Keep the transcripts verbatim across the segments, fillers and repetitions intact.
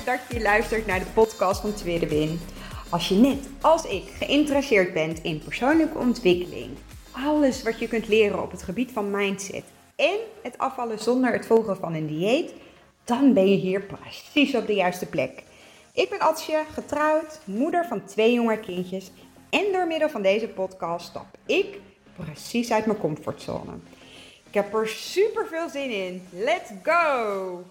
dat je luistert naar de podcast van Tweede Win. Als je net als ik geïnteresseerd bent in persoonlijke ontwikkeling, alles wat je kunt leren op het gebied van mindset en het afvallen zonder het volgen van een dieet, dan ben je hier precies op de juiste plek. Ik ben Atsje, getrouwd, moeder van twee jonge kindjes en door middel van deze podcast stap ik precies uit mijn comfortzone. Ik heb er super veel zin in. Let's go!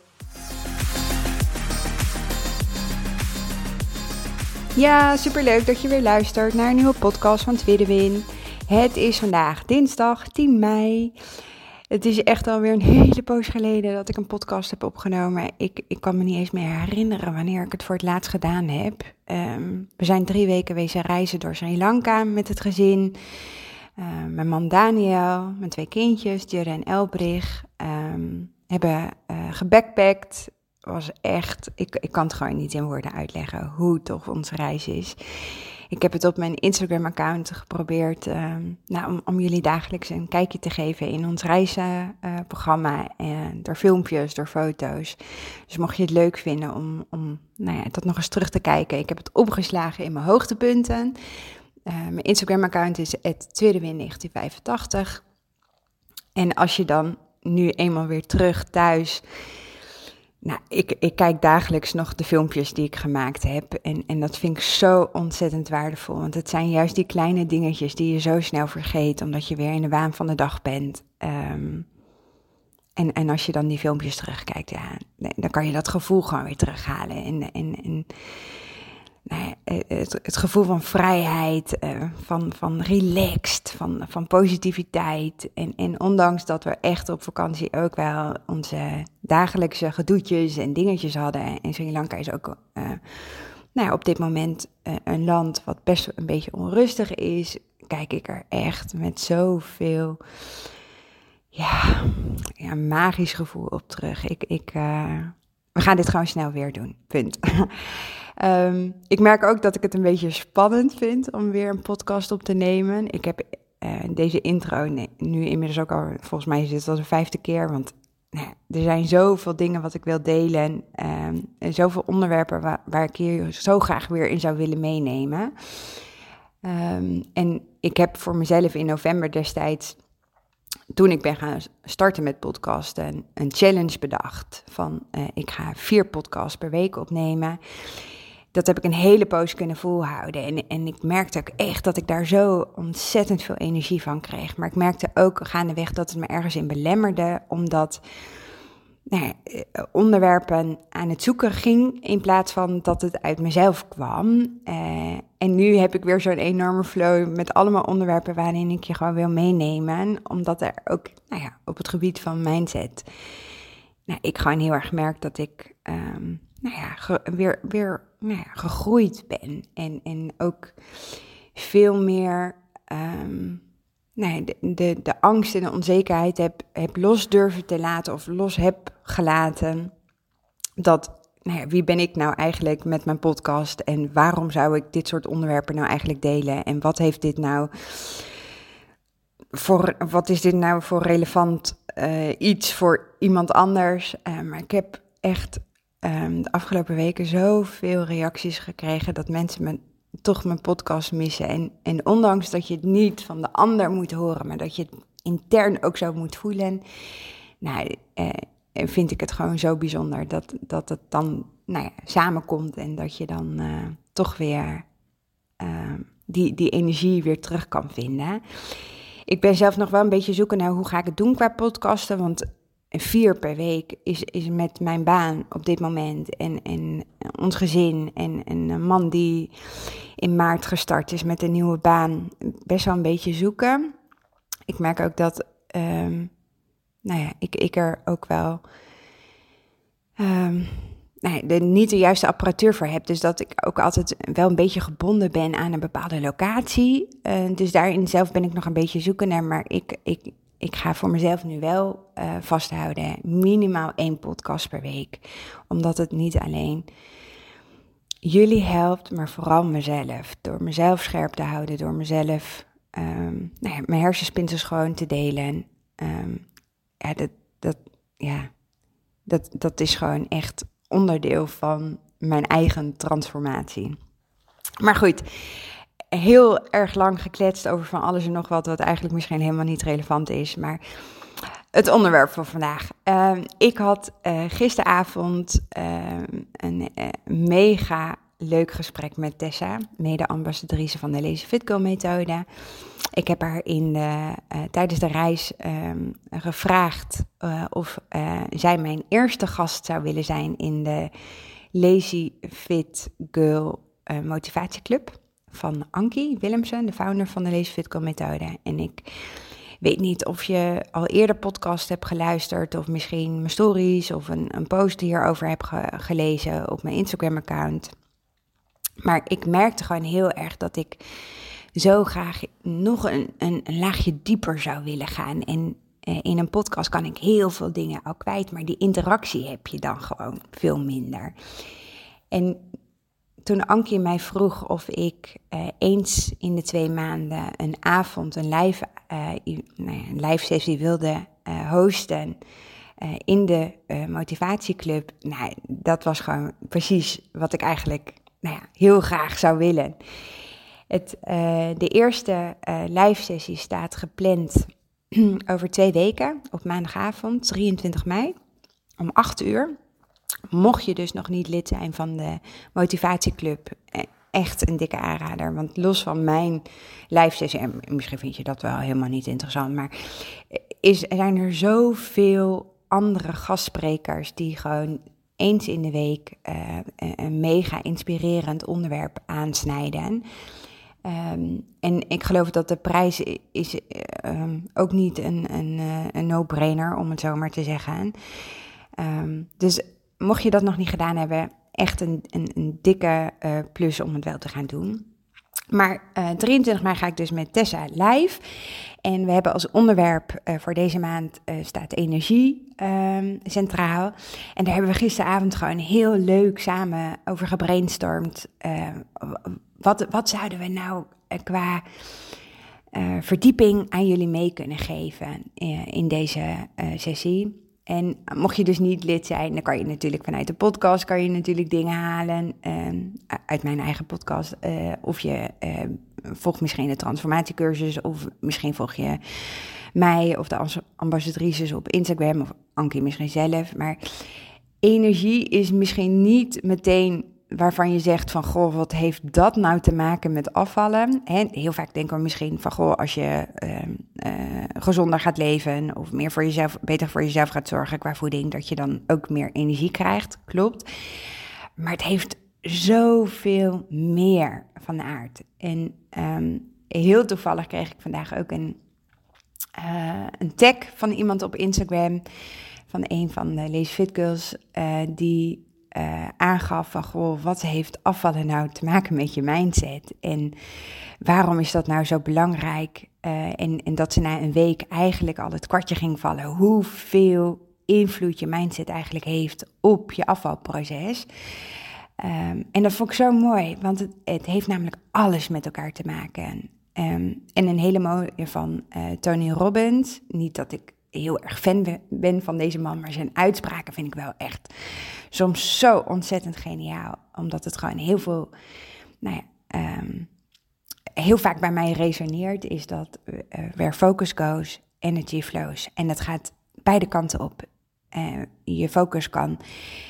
Ja, superleuk dat je weer luistert naar een nieuwe podcast van Tweede Win. Het is vandaag dinsdag tien mei. Het is echt alweer een hele poos geleden dat ik een podcast heb opgenomen. Ik, ik kan me niet eens meer herinneren wanneer ik het voor het laatst gedaan heb. Um, we zijn drie weken wezen reizen door Sri Lanka met het gezin. Uh, mijn man Daniel, mijn twee kindjes, Jurre en Elbrich, um, hebben uh, gebackpackt. Was echt, ik, ik kan het gewoon niet in woorden uitleggen hoe tof onze reis is. Ik heb het op mijn Instagram-account geprobeerd uh, nou, om, om jullie dagelijks een kijkje te geven in ons reizenprogramma. Uh, door filmpjes, door foto's. Dus mocht je het leuk vinden om, om nou ja, dat nog eens terug te kijken. Ik heb het opgeslagen in mijn hoogtepunten. Uh, mijn Instagram-account is at tweedewin negentien vijfentachtig. En als je dan nu eenmaal weer terug thuis... Nou, ik, ik kijk dagelijks nog de filmpjes die ik gemaakt heb. En, en dat vind ik zo ontzettend waardevol. Want het zijn juist die kleine dingetjes die je zo snel vergeet. Omdat je weer in de waan van de dag bent. Um, en, en als je dan die filmpjes terugkijkt, ja, dan kan je dat gevoel gewoon weer terughalen. En... en, en Nou ja, het, het gevoel van vrijheid, uh, van, van relaxed, van, van positiviteit. En, en ondanks dat we echt op vakantie ook wel onze dagelijkse gedoetjes en dingetjes hadden. En Sri Lanka is ook uh, nou ja, op dit moment uh, een land wat best een beetje onrustig is. Kijk ik er echt met zoveel ja, ja, magisch gevoel op terug. Ik, ik, uh, we gaan dit gewoon snel weer doen, punt. Um, ik merk ook dat ik het een beetje spannend vind om weer een podcast op te nemen. Ik heb uh, deze intro nee, nu inmiddels ook al, volgens mij is dit al de vijfde keer. Want nou, er zijn zoveel dingen wat ik wil delen. Um, en zoveel onderwerpen waar, waar ik hier zo graag weer in zou willen meenemen. Um, en ik heb voor mezelf in november destijds, toen ik ben gaan starten met podcasten, een challenge bedacht. Van uh, ik ga vier podcasts per week opnemen. Dat heb ik een hele poos kunnen volhouden. En, en ik merkte ook echt dat ik daar zo ontzettend veel energie van kreeg. Maar ik merkte ook gaandeweg dat het me ergens in belemmerde. Omdat nou ja, onderwerpen aan het zoeken ging in plaats van dat het uit mezelf kwam. Uh, en nu heb ik weer zo'n enorme flow met allemaal onderwerpen waarin ik je gewoon wil meenemen. Omdat er ook nou ja, op het gebied van mindset, nou, ik gewoon heel erg merk dat ik um, nou ja, ge, weer, weer nou ja, gegroeid ben. En, en ook veel meer um, nou ja, de, de, de angst en de onzekerheid heb, heb los durven te laten of los heb gelaten. Dat, nou ja, wie ben ik nou eigenlijk met mijn podcast en waarom zou ik dit soort onderwerpen nou eigenlijk delen? En wat heeft dit nou voor, wat is dit nou voor relevant uh, iets voor iemand anders? Uh, maar ik heb echt um, de afgelopen weken zoveel reacties gekregen dat mensen me toch mijn podcast missen. En, en ondanks dat je het niet van de ander moet horen, maar dat je het intern ook zo moet voelen, nou, uh, vind ik het gewoon zo bijzonder dat, dat het dan nou ja, samenkomt en dat je dan uh, toch weer uh, die, die energie weer terug kan vinden. Ik ben zelf nog wel een beetje zoeken naar hoe ga ik het doen qua podcasten, want vier per week is, is met mijn baan op dit moment en, en ons gezin en, en een man die in maart gestart is met een nieuwe baan best wel een beetje zoeken. Ik merk ook dat um, nou ja, ik, ik er ook wel um, nou ja, de, niet de juiste apparatuur voor heb. Dus dat ik ook altijd wel een beetje gebonden ben aan een bepaalde locatie. Uh, dus daarin zelf ben ik nog een beetje zoeken naar. Maar ik, ik, ik ga voor mezelf nu wel uh, vasthouden. Minimaal één podcast per week. Omdat het niet alleen jullie helpt, maar vooral mezelf. Door mezelf scherp te houden. Door mezelf um, nou ja, mijn hersenspinsels gewoon te delen. Um, ja, dat, dat, ja, dat, dat is gewoon echt onderdeel van mijn eigen transformatie. Maar goed, heel erg lang gekletst over van alles en nog wat, wat eigenlijk misschien helemaal niet relevant is. Maar het onderwerp van vandaag. Uh, ik had uh, gisteravond uh, een uh, mega leuk gesprek met Tessa, mede-ambassadrice van de Lazy Fit Girl methode. Ik heb haar in de, uh, tijdens de reis um, gevraagd uh, of uh, zij mijn eerste gast zou willen zijn in de Lazy Fit Girl uh, motivatieclub van Ankie Willemsen, de founder van de Lazy Fit Girl methode. En ik weet niet of je al eerder podcast hebt geluisterd of misschien mijn stories of een, een post hierover hebt ge- gelezen op mijn Instagram-account. Maar ik merkte gewoon heel erg dat ik zo graag nog een, een, een laagje dieper zou willen gaan. En eh, in een podcast kan ik heel veel dingen al kwijt, maar die interactie heb je dan gewoon veel minder. En toen Ankie mij vroeg of ik uh, eens in de twee maanden een avond, een live, uh, nou ja, een live sessie wilde uh, hosten uh, in de uh, motivatieclub, nou, dat was gewoon precies wat ik eigenlijk nou ja, heel graag zou willen. Het, uh, de eerste uh, live sessie staat gepland over twee weken op maandagavond, drieëntwintig mei, om acht uur. Mocht je dus nog niet lid zijn van de motivatieclub, echt een dikke aanrader. Want los van mijn live sessie, en misschien vind je dat wel helemaal niet interessant, maar is, zijn er zoveel andere gastsprekers die gewoon eens in de week uh, een mega inspirerend onderwerp aansnijden. Um, en ik geloof dat de prijs is uh, um, ook niet een, een, een no-brainer, om het zo maar te zeggen. Um, dus mocht je dat nog niet gedaan hebben, echt een, een, een dikke uh, plus om het wel te gaan doen. Maar uh, drieëntwintig mei ga ik dus met Tessa live. En we hebben als onderwerp uh, voor deze maand uh, staat energie um, centraal. En daar hebben we gisteravond gewoon heel leuk samen over gebrainstormd. Uh, wat, wat zouden we nou uh, qua uh, verdieping aan jullie mee kunnen geven uh, in deze uh, sessie? En mocht je dus niet lid zijn, dan kan je natuurlijk vanuit de podcast kan je natuurlijk dingen halen um, uit mijn eigen podcast. Uh, of je uh, volgt misschien de transformatiecursus, of misschien volg je mij of de ambassadrices op Instagram, of Ankie misschien zelf. Maar energie is misschien niet meteen waarvan je zegt van, goh, wat heeft dat nou te maken met afvallen? He, heel vaak denken we misschien van, goh, als je uh, uh, gezonder gaat leven of meer voor jezelf, beter voor jezelf gaat zorgen qua voeding, dat je dan ook meer energie krijgt. Klopt. Maar het heeft zoveel meer van de aard. En um, heel toevallig kreeg ik vandaag ook een, uh, een tag van iemand op Instagram, van een van de Lazy Fit Girls, uh, die Uh, aangaf van, goh, wat heeft afvallen nou te maken met je mindset? En waarom is dat nou zo belangrijk? Uh, en, en dat ze na een week eigenlijk al het kwartje ging vallen. Hoeveel invloed je mindset eigenlijk heeft op je afvalproces. Um, en dat vond ik zo mooi, want het, het heeft namelijk alles met elkaar te maken. Um, en een hele mooie van uh, Tony Robbins. Niet dat ik heel erg fan ben van deze man, maar zijn uitspraken vind ik wel echt soms zo ontzettend geniaal, omdat het gewoon heel veel, nou ja, um, heel vaak bij mij resoneert, is dat uh, where focus goes, energy flows. En dat gaat beide kanten op. Uh, je focus kan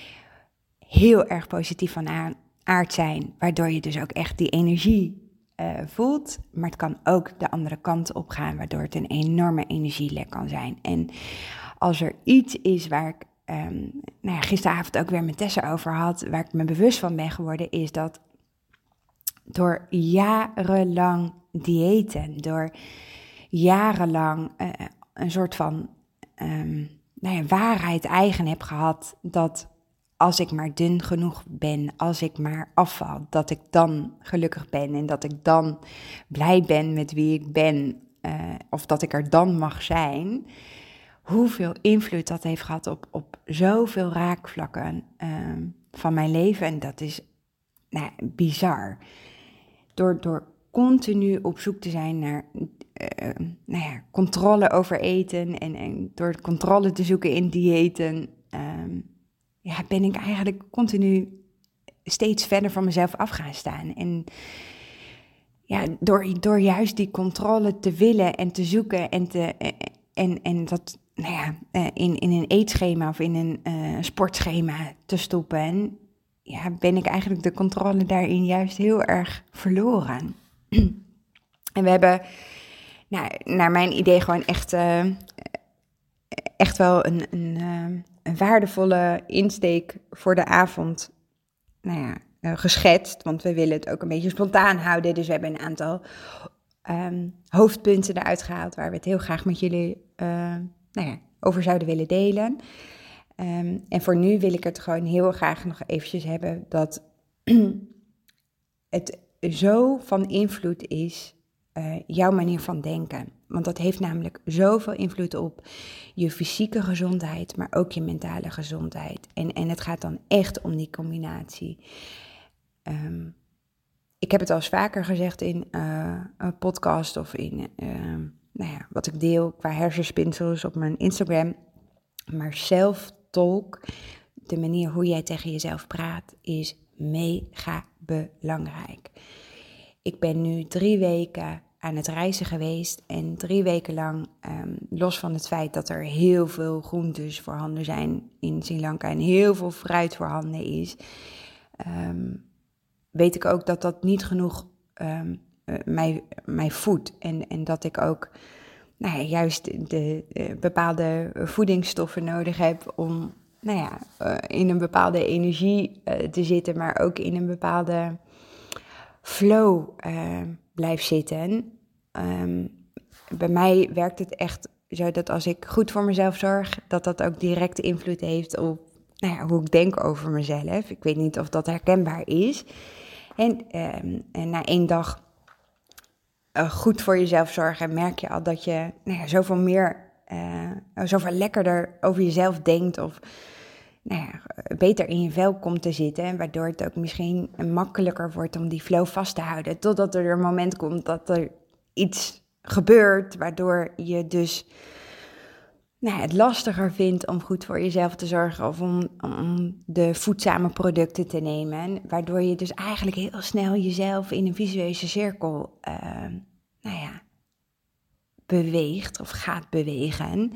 heel erg positief van aard zijn, waardoor je dus ook echt die energie Uh, voelt, maar het kan ook de andere kant op gaan, waardoor het een enorme energielek kan zijn. En als er iets is waar ik um, nou ja, gisteravond ook weer met Tessa over had, waar ik me bewust van ben geworden, is dat door jarenlang diëten, door jarenlang uh, een soort van um, nou ja, waarheid eigen heb gehad, dat als ik maar dun genoeg ben, als ik maar afval, dat ik dan gelukkig ben en dat ik dan blij ben met wie ik ben, uh, of dat ik er dan mag zijn. Hoeveel invloed dat heeft gehad op, op zoveel raakvlakken uh, van mijn leven. En dat is nou, bizar. Door, door continu op zoek te zijn naar uh, nou ja, controle over eten en, en door controle te zoeken in diëten, Um, ja, ben ik eigenlijk continu steeds verder van mezelf af gaan staan. En ja, door, door juist die controle te willen en te zoeken en, te, en, en dat nou ja, in, in een eetschema of in een uh, sportschema te stoppen, ja, ben ik eigenlijk de controle daarin juist heel erg verloren. En we hebben, nou, naar mijn idee, gewoon echt, uh, echt wel een, een, uh, een waardevolle insteek voor de avond, nou ja, uh, geschetst. Want we willen het ook een beetje spontaan houden. Dus we hebben een aantal um, hoofdpunten eruit gehaald waar we het heel graag met jullie uh, nou ja, over zouden willen delen. Um, en voor nu wil ik het gewoon heel graag nog eventjes hebben dat het zo van invloed is, uh, jouw manier van denken. Want dat heeft namelijk zoveel invloed op je fysieke gezondheid, maar ook je mentale gezondheid. En, en het gaat dan echt om die combinatie. Um, ik heb het al eens vaker gezegd in uh, een podcast of in uh, nou ja, wat ik deel qua hersenspinsels op mijn Instagram. Maar self-talk, de manier hoe jij tegen jezelf praat, is mega belangrijk. Ik ben nu drie weken aan het reizen geweest en drie weken lang, um, los van het feit dat er heel veel groentes voorhanden zijn in Sri Lanka en heel veel fruit voorhanden is, um, weet ik ook dat dat niet genoeg um, uh, mij, mij voedt en, en dat ik ook nou ja, juist de uh, bepaalde voedingsstoffen nodig heb om nou ja, uh, in een bepaalde energie uh, te zitten, maar ook in een bepaalde flow uh, blijf zitten. Um, bij mij werkt het echt zo dat als ik goed voor mezelf zorg, dat dat ook direct invloed heeft op nou ja, hoe ik denk over mezelf. Ik weet niet of dat herkenbaar is. En, um, en na één dag uh, goed voor jezelf zorgen, merk je al dat je nou ja, zoveel meer, uh, zoveel lekkerder over jezelf denkt of nou ja, beter in je vel komt te zitten, waardoor het ook misschien makkelijker wordt om die flow vast te houden, totdat er een moment komt dat er iets gebeurt, waardoor je dus nou ja, het lastiger vindt om goed voor jezelf te zorgen of om, om de voedzame producten te nemen, waardoor je dus eigenlijk heel snel jezelf in een visueuze cirkel uh, nou ja, beweegt of gaat bewegen.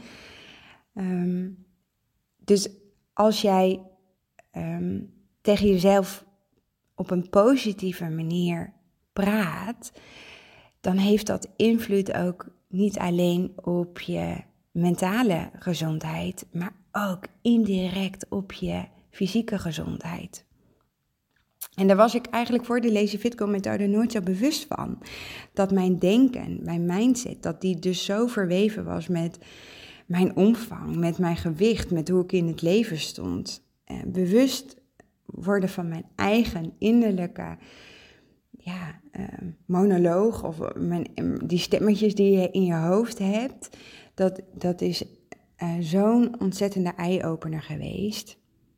Um, dus als jij um, tegen jezelf op een positieve manier praat, dan heeft dat invloed ook niet alleen op je mentale gezondheid, maar ook indirect op je fysieke gezondheid. En daar was ik eigenlijk voor de Lazy Fit Girl methode nooit zo bewust van. Dat mijn denken, mijn mindset, dat die dus zo verweven was met mijn omvang, met mijn gewicht, met hoe ik in het leven stond. Eh, bewust worden van mijn eigen innerlijke ja, uh, monoloog of mijn, die stemmetjes die je in je hoofd hebt, dat, dat is uh, zo'n ontzettende eye-opener geweest.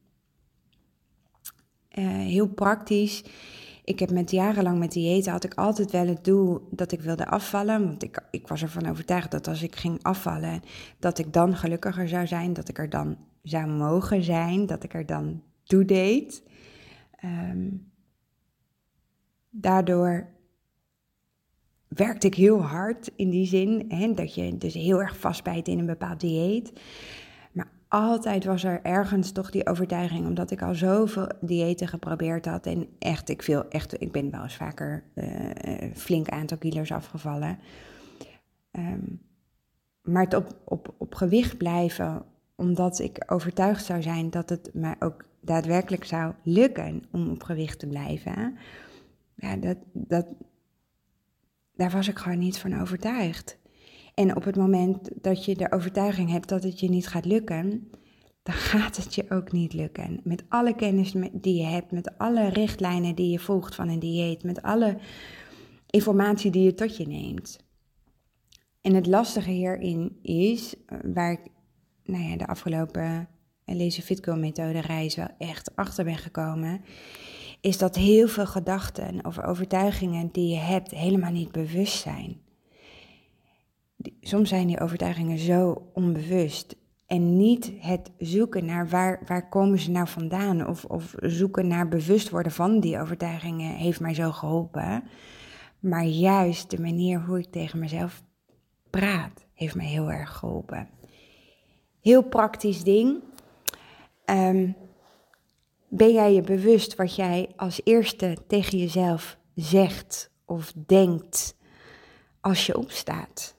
Uh, heel praktisch. Ik heb met jarenlang met diëten had ik altijd wel het doel dat ik wilde afvallen. Want ik, ik was ervan overtuigd dat als ik ging afvallen, dat ik dan gelukkiger zou zijn. Dat ik er dan zou mogen zijn. Dat ik er dan toe deed. Um, daardoor werkte ik heel hard in die zin. Hè, dat je dus heel erg vastbijt in een bepaald dieet. Maar altijd was er ergens toch die overtuiging, omdat ik al zoveel diëten geprobeerd had. En echt, ik, viel echt, ik ben wel eens vaker uh, flink aantal kilo's afgevallen. Um, maar het op, op, op gewicht blijven, omdat ik overtuigd zou zijn dat het mij ook daadwerkelijk zou lukken om op gewicht te blijven. Ja, dat, dat, daar was ik gewoon niet van overtuigd. En op het moment dat je de overtuiging hebt dat het je niet gaat lukken, dan gaat het je ook niet lukken. Met alle kennis die je hebt, met alle richtlijnen die je volgt van een dieet, met alle informatie die je tot je neemt. En het lastige hierin is, waar ik nou ja, de afgelopen Lazy Fit Girl methode reis wel echt achter ben gekomen, is dat heel veel gedachten of overtuigingen die je hebt helemaal niet bewust zijn. Soms zijn die overtuigingen zo onbewust En niet het zoeken naar waar, waar komen ze nou vandaan. Of, of zoeken naar bewust worden van die overtuigingen heeft mij zo geholpen. Maar juist de manier hoe ik tegen mezelf praat heeft mij heel erg geholpen. Heel praktisch ding. Um, ben jij je bewust wat jij als eerste tegen jezelf zegt of denkt als je opstaat?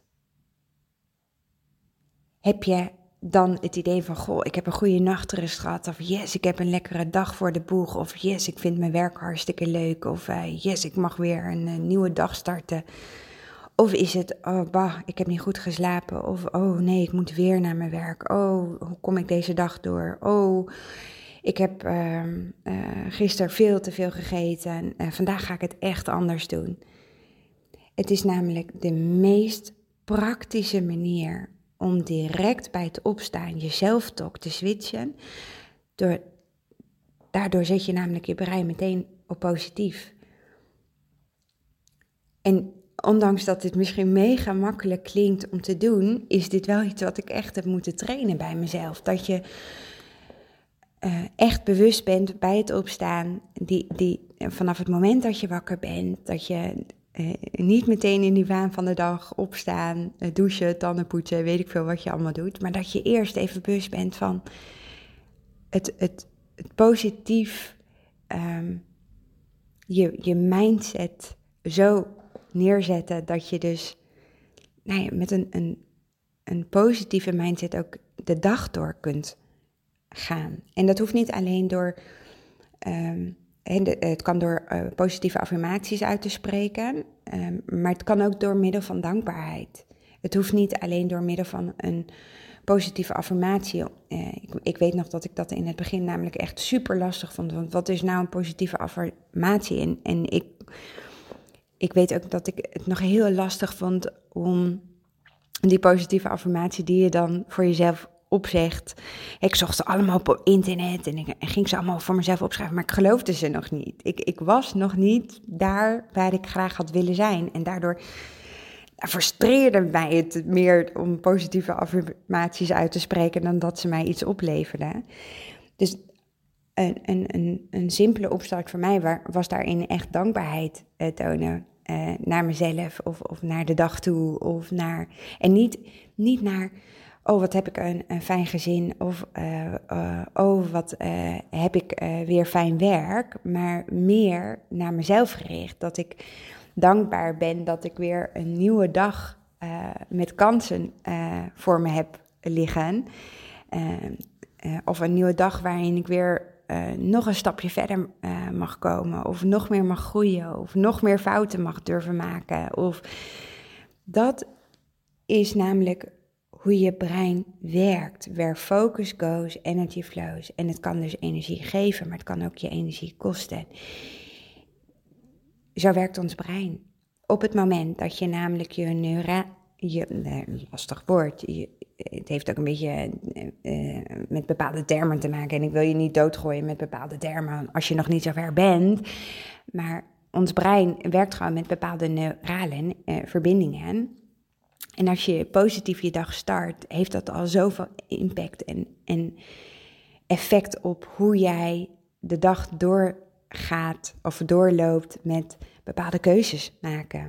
Heb je dan het idee van, goh, ik heb een goede nachtrust gehad. Of yes, ik heb een lekkere dag voor de boeg. Of yes, ik vind mijn werk hartstikke leuk. Of uh, yes, ik mag weer een, een nieuwe dag starten. Of is het, oh bah, ik heb niet goed geslapen. Of oh nee, ik moet weer naar mijn werk. Oh, hoe kom ik deze dag door? Oh, ik heb uh, uh, gisteren veel te veel gegeten. Uh, vandaag ga ik het echt anders doen. Het is namelijk de meest praktische manier om direct bij het opstaan je zelftalk te switchen. Door, daardoor zet je namelijk je brein meteen op positief. En ondanks dat dit misschien mega makkelijk klinkt om te doen, is dit wel iets wat ik echt heb moeten trainen bij mezelf. Dat je uh, echt bewust bent bij het opstaan, die, die, vanaf het moment dat je wakker bent, dat je uh, niet meteen in die waan van de dag opstaan, uh, douchen, tanden poetsen, weet ik veel wat je allemaal doet, maar dat je eerst even bewust bent van het, het, het positief, um, je, je mindset zo neerzetten dat je dus nou ja, met een, een, een positieve mindset ook de dag door kunt gaan. En dat hoeft niet alleen door, um, het kan door uh, positieve affirmaties uit te spreken, um, maar het kan ook door middel van dankbaarheid. Het hoeft niet alleen door middel van een positieve affirmatie. Uh, ik, ik weet nog dat ik dat in het begin namelijk echt super lastig vond, want wat is nou een positieve affirmatie? En, en ik... Ik weet ook dat ik het nog heel lastig vond om die positieve affirmatie die je dan voor jezelf opzegt. Ik zocht ze allemaal op internet en ik en ging ze allemaal voor mezelf opschrijven, maar ik geloofde ze nog niet. Ik, ik was nog niet daar waar ik graag had willen zijn. En daardoor frustreerde mij het meer om positieve affirmaties uit te spreken dan dat ze mij iets opleverden. Dus Een, een, een, een simpele opstart voor mij waar, was daarin echt dankbaarheid uh, tonen uh, naar mezelf of, of naar de dag toe. Of naar, en niet, niet naar, oh wat heb ik een, een fijn gezin of uh, uh, oh wat uh, heb ik uh, weer fijn werk. Maar meer naar mezelf gericht. Dat ik dankbaar ben dat ik weer een nieuwe dag uh, met kansen uh, voor me heb liggen. Uh, uh, of een nieuwe dag waarin ik weer Uh, nog een stapje verder uh, mag komen, of nog meer mag groeien, of nog meer fouten mag durven maken. Of dat is namelijk hoe je brein werkt. Where focus goes, energy flows. En het kan dus energie geven, maar het kan ook je energie kosten. Zo werkt ons brein. Op het moment dat je namelijk je neura... Je, nee, lastig woord. Je, het heeft ook een beetje uh, met bepaalde termen te maken. En ik wil je niet doodgooien met bepaalde termen als je nog niet zo ver bent. Maar ons brein werkt gewoon met bepaalde neurale uh, verbindingen. En als je positief je dag start, heeft dat al zoveel impact en, en effect op hoe jij de dag doorgaat of doorloopt met bepaalde keuzes maken.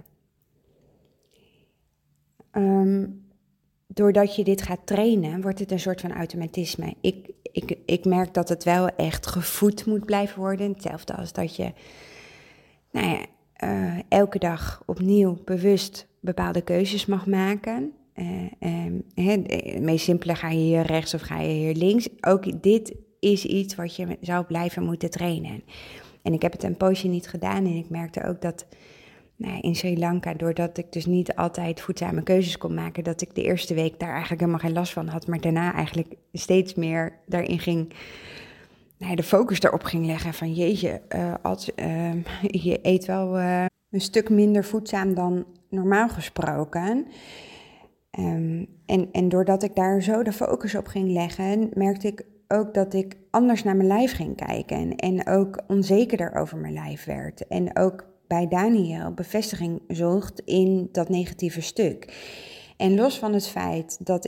Um, doordat je dit gaat trainen, wordt het een soort van automatisme. Ik, ik, ik merk dat het wel echt gevoed moet blijven worden. Hetzelfde als dat je nou ja, uh, elke dag opnieuw bewust bepaalde keuzes mag maken. Uh, um, he, het meest simpele, ga je hier rechts of ga je hier links. Ook dit is iets wat je zou blijven moeten trainen. En ik heb het een poosje niet gedaan en ik merkte ook dat... Nou, in Sri Lanka, doordat ik dus niet altijd voedzame keuzes kon maken, dat ik de eerste week daar eigenlijk helemaal geen last van had, maar daarna eigenlijk steeds meer daarin ging, nou, de focus erop ging leggen van jeetje, uh, als, uh, je eet wel uh, een stuk minder voedzaam dan normaal gesproken. Um, en, en doordat ik daar zo de focus op ging leggen, merkte ik ook dat ik anders naar mijn lijf ging kijken en, en ook onzekerder over mijn lijf werd. En ook bij Daniel bevestiging zocht in dat negatieve stuk. En los van het feit dat ik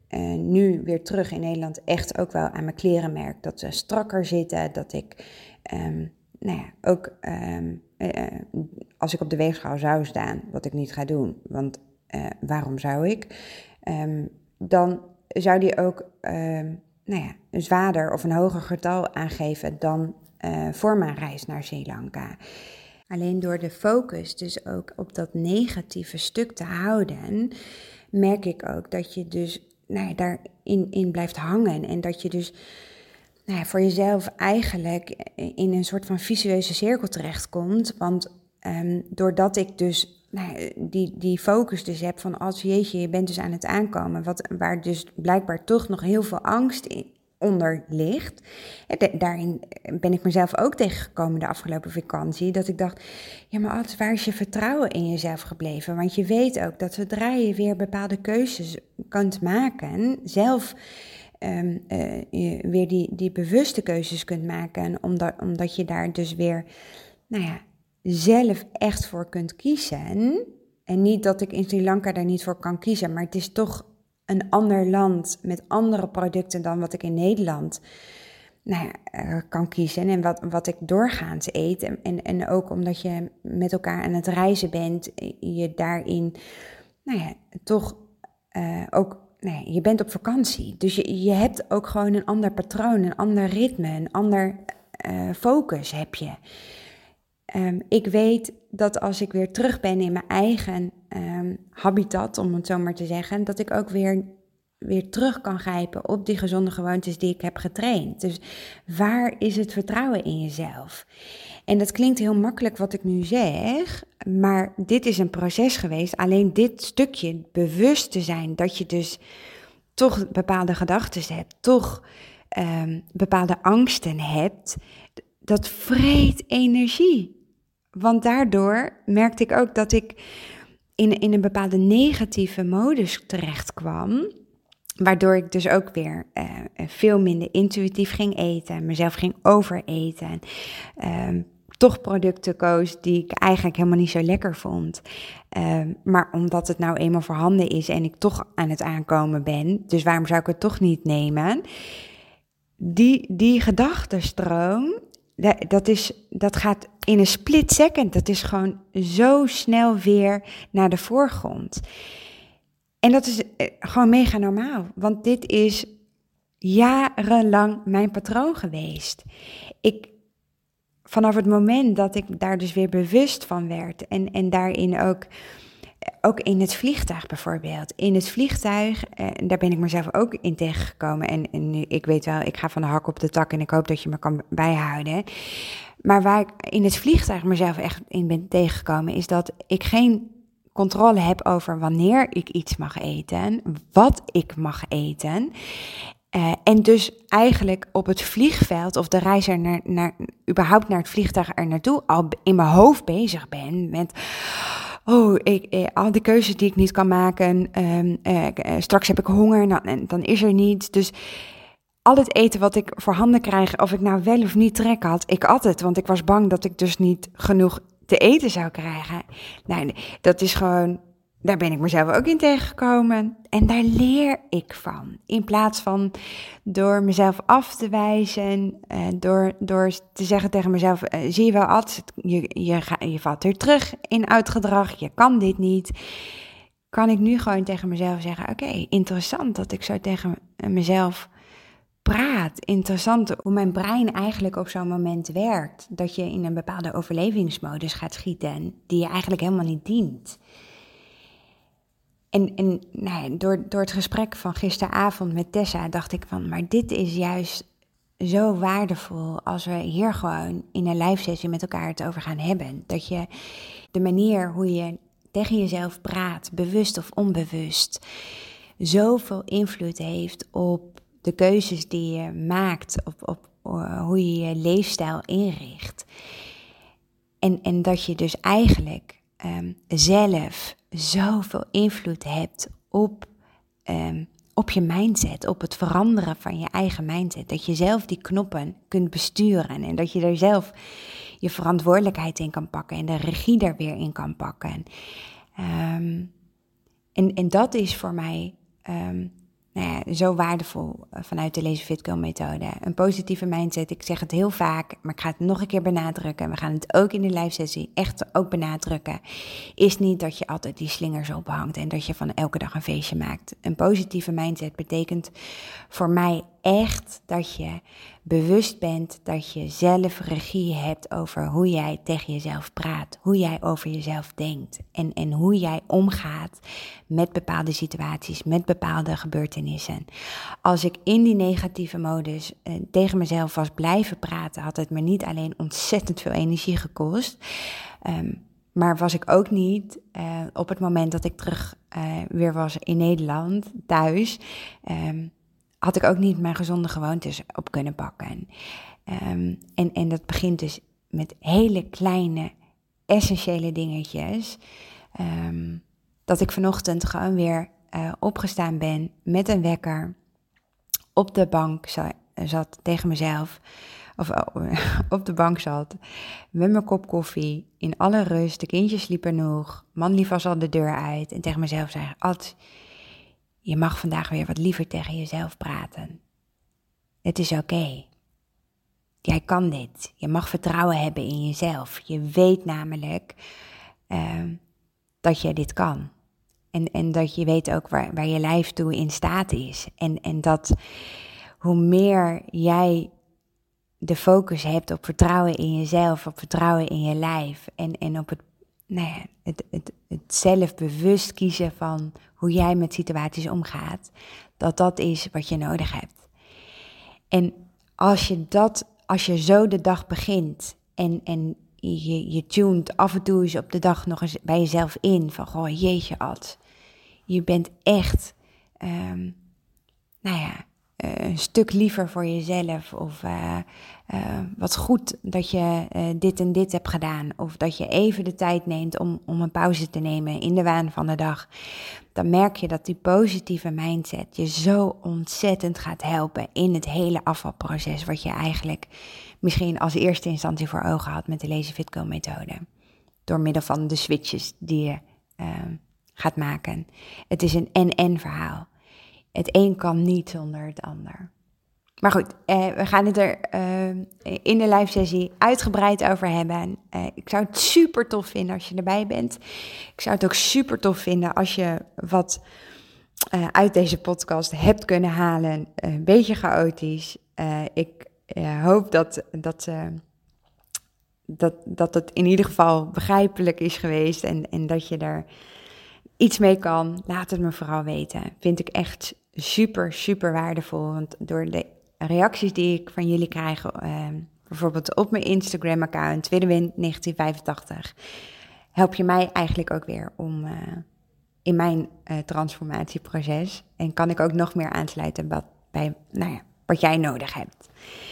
uh, nu weer terug in Nederland echt ook wel aan mijn kleren merk. Dat ze strakker zitten, dat ik um, nou ja, ook um, uh, als ik op de weegschaal zou staan, wat ik niet ga doen, want uh, waarom zou ik? Um, dan zou die ook um, nou ja, een zwaarder of een hoger getal aangeven dan uh, voor mijn reis naar Sri Lanka. Alleen door de focus dus ook op dat negatieve stuk te houden, merk ik ook dat je dus nou ja, daarin in blijft hangen. En dat je dus nou ja, voor jezelf eigenlijk in een soort van vicieuze cirkel terechtkomt. Want um, doordat ik dus nou ja, die, die focus dus heb van als jeetje, je bent dus aan het aankomen. Wat, waar dus blijkbaar toch nog heel veel angst in onder ligt. Daarin ben ik mezelf ook tegengekomen de afgelopen vakantie, dat ik dacht, ja maar Ad, waar is je vertrouwen in jezelf gebleven? Want je weet ook dat zodra je weer bepaalde keuzes kunt maken, zelf um, uh, je weer die, die bewuste keuzes kunt maken, omdat, omdat je daar dus weer, nou ja, zelf echt voor kunt kiezen. En niet dat ik in Sri Lanka daar niet voor kan kiezen, maar het is toch een ander land met andere producten dan wat ik in Nederland nou ja, uh, kan kiezen. En wat, wat ik doorgaans eet. En, en, en ook omdat je met elkaar aan het reizen bent, je daarin, nou ja, toch uh, ook, nou ja, je bent op vakantie. Dus je, je hebt ook gewoon een ander patroon, een ander ritme, een ander uh, focus heb je. Um, ik weet dat als ik weer terug ben in mijn eigen um, habitat, om het zo maar te zeggen, dat ik ook weer, weer terug kan grijpen op die gezonde gewoontes die ik heb getraind. Dus waar is het vertrouwen in jezelf? En dat klinkt heel makkelijk wat ik nu zeg, maar dit is een proces geweest. Alleen dit stukje bewust te zijn dat je dus toch bepaalde gedachten hebt, toch um, bepaalde angsten hebt, dat vreet energie. Want daardoor merkte ik ook dat ik in, in een bepaalde negatieve modus terecht kwam. Waardoor ik dus ook weer uh, veel minder intuïtief ging eten. Mezelf ging overeten. Uh, toch producten koos die ik eigenlijk helemaal niet zo lekker vond. Uh, maar omdat het nou eenmaal voorhanden is en ik toch aan het aankomen ben. Dus waarom zou ik het toch niet nemen? Die, die gedachtenstroom, dat, is, dat gaat in een split second. Dat is gewoon zo snel weer naar de voorgrond. En dat is gewoon mega normaal. Want dit is jarenlang mijn patroon geweest. Ik, vanaf het moment dat ik daar dus weer bewust van werd. En, en daarin ook, ook in het vliegtuig bijvoorbeeld. In het vliegtuig, eh, daar ben ik mezelf ook in tegengekomen. En, en nu, ik weet wel, ik ga van de hak op de tak en ik hoop dat je me kan bijhouden. Maar waar ik in het vliegtuig mezelf echt in ben tegengekomen, is dat ik geen controle heb over wanneer ik iets mag eten, wat ik mag eten. Uh, en dus eigenlijk op het vliegveld of de reis er naar, naar, überhaupt naar het vliegtuig er naartoe al in mijn hoofd bezig ben met, oh, ik, eh, al die keuzes die ik niet kan maken, um, uh, straks heb ik honger, nou, en dan is er niets. Dus al het eten wat ik voorhanden krijg, of ik nou wel of niet trek had, ik at het, want ik was bang dat ik dus niet genoeg te eten zou krijgen. Nou, dat is gewoon, daar ben ik mezelf ook in tegengekomen. En daar leer ik van. In plaats van door mezelf af te wijzen, uh, door, door te zeggen tegen mezelf, uh, zie je wel, Ad, je, je, ga, je valt weer terug in oud gedrag, je kan dit niet. Kan ik nu gewoon tegen mezelf zeggen, oké, okay, interessant dat ik zo tegen mezelf praat. Interessant hoe mijn brein eigenlijk op zo'n moment werkt. Dat je in een bepaalde overlevingsmodus gaat schieten die je eigenlijk helemaal niet dient. En, en nou, door, door het gesprek van gisteravond met Tessa dacht ik van, maar dit is juist zo waardevol als we hier gewoon in een live sessie met elkaar het over gaan hebben. Dat je de manier hoe je tegen jezelf praat, bewust of onbewust, zoveel invloed heeft op de keuzes die je maakt, op, op uh, hoe je je leefstijl inricht. En, en dat je dus eigenlijk um, zelf zoveel invloed hebt op, um, op je mindset, op het veranderen van je eigen mindset. Dat je zelf die knoppen kunt besturen en dat je er zelf je verantwoordelijkheid in kan pakken en de regie er weer in kan pakken. Um, en, en dat is voor mij Um, nou ja, zo waardevol vanuit de Lazy Fit Girl methode. Een positieve mindset, ik zeg het heel vaak, maar ik ga het nog een keer benadrukken. We gaan het ook in de live sessie echt ook benadrukken. Is niet dat je altijd die slingers ophangt en dat je van elke dag een feestje maakt. Een positieve mindset betekent voor mij echt dat je bewust bent dat je zelf regie hebt over hoe jij tegen jezelf praat, hoe jij over jezelf denkt en, en hoe jij omgaat met bepaalde situaties, met bepaalde gebeurtenissen. Als ik in die negatieve modus eh, tegen mezelf was blijven praten, had het me niet alleen ontzettend veel energie gekost, um, maar was ik ook niet uh, op het moment dat ik terug uh, weer was in Nederland, thuis, um, had ik ook niet mijn gezonde gewoontes op kunnen pakken. Um, en, en dat begint dus met hele kleine, essentiële dingetjes. Um, dat ik vanochtend gewoon weer uh, opgestaan ben met een wekker. Op de bank zat, zat tegen mezelf. Of uh, op de bank zat. Met mijn kop koffie. In alle rust. De kindjes sliepen nog. Man lief was al de deur uit. En tegen mezelf zei: Ad, je mag vandaag weer wat liever tegen jezelf praten. Het is oké. Okay. Jij kan dit. Je mag vertrouwen hebben in jezelf. Je weet namelijk uh, dat jij dit kan. En, en dat je weet ook waar, waar je lijf toe in staat is. En, en dat hoe meer jij de focus hebt op vertrouwen in jezelf, op vertrouwen in je lijf en, en op het, nou ja, het, het, het zelf bewust kiezen van hoe jij met situaties omgaat, dat dat is wat je nodig hebt. En als je dat, als je zo de dag begint en, en je, je tunt af en toe eens op de dag nog eens bij jezelf in van, goh, jeetje Ad, je bent echt, um, nou ja, uh, een stuk liever voor jezelf. Of uh, uh, wat goed dat je uh, dit en dit hebt gedaan. Of dat je even de tijd neemt om, om een pauze te nemen in de waan van de dag. Dan merk je dat die positieve mindset je zo ontzettend gaat helpen in het hele afvalproces. Wat je eigenlijk misschien als eerste instantie voor ogen had met de Lazy Fit Girl methode. Door middel van de switches die je uh, gaat maken. Het is een en-en verhaal. Het een kan niet zonder het ander. Maar goed, eh, we gaan het er uh, in de live sessie uitgebreid over hebben. Uh, ik zou het super tof vinden als je erbij bent. Ik zou het ook super tof vinden als je wat uh, uit deze podcast hebt kunnen halen. Uh, een beetje chaotisch. Uh, ik uh, hoop dat, dat, uh, dat, dat het in ieder geval begrijpelijk is geweest. En, en dat je er iets mee kan. Laat het me vooral weten. Vind ik echt super, super waardevol. Want door de reacties die ik van jullie krijg, uh, bijvoorbeeld op mijn Instagram-account, Tweedewin negentien vijfentachtig, help je mij eigenlijk ook weer om uh, in mijn uh, transformatieproces. En kan ik ook nog meer aansluiten bij, bij nou ja, wat jij nodig hebt.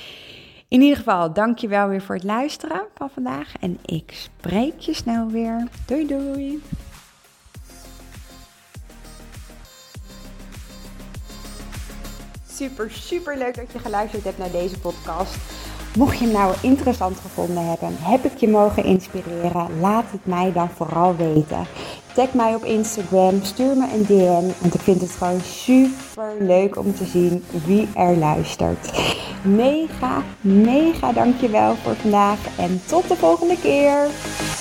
In ieder geval, dank je wel weer voor het luisteren van vandaag. En ik spreek je snel weer. Doei doei! Super, super leuk dat je geluisterd hebt naar deze podcast. Mocht je hem nou interessant gevonden hebben, heb ik je mogen inspireren, laat het mij dan vooral weten. Tag mij op Instagram, stuur me een D M, want ik vind het gewoon super leuk om te zien wie er luistert. Mega, mega dankjewel voor vandaag en tot de volgende keer.